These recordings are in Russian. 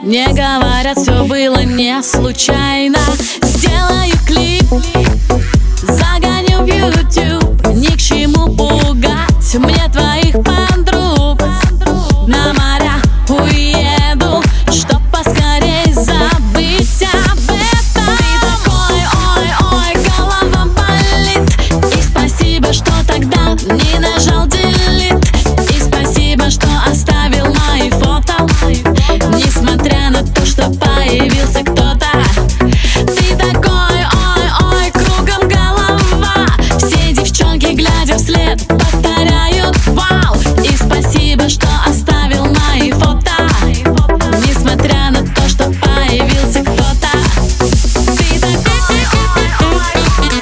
Не говорят, все было не случайно. Сделаю клип, загоню в YouTube. Ни к чему пугать мне твоих подруг. На моря уеду, чтоб поскорей забыть об этом. Ты такой, ой-ой, голова болит. И спасибо, что тогда не нажал delete. И спасибо, что оставил мои фото. Несмотря на то, что появился кто-то. Ты такой, ой-ой, кругом голова. Все девчонки, глядя вслед, повторяют вау. И спасибо, что оставил мои фото. Несмотря на то, что появился кто-то. Ты такой, ой-ой.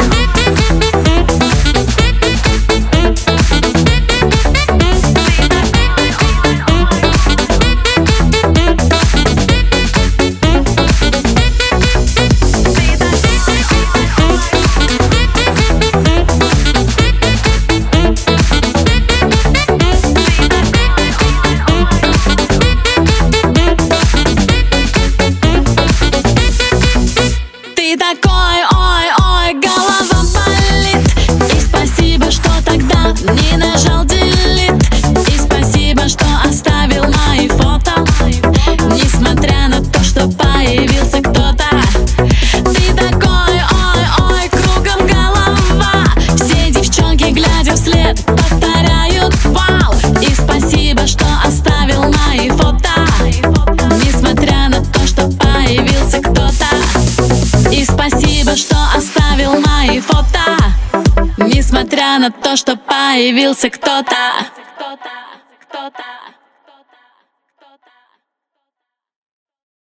Ты такой, ой-ой, голова болит. И спасибо, что тогда не нажал delete. И спасибо, что оставил мои фото. Несмотря на то, что появился кто-то. Ты такой, ой-ой, кругом голова. Все девчонки, глядя вслед, повторяют вау. И спасибо, что оставил мои фото. Несмотря на то, что появился кто-то. И спасибо, что оставил мои фото. Несмотря на то, что появился кто-то.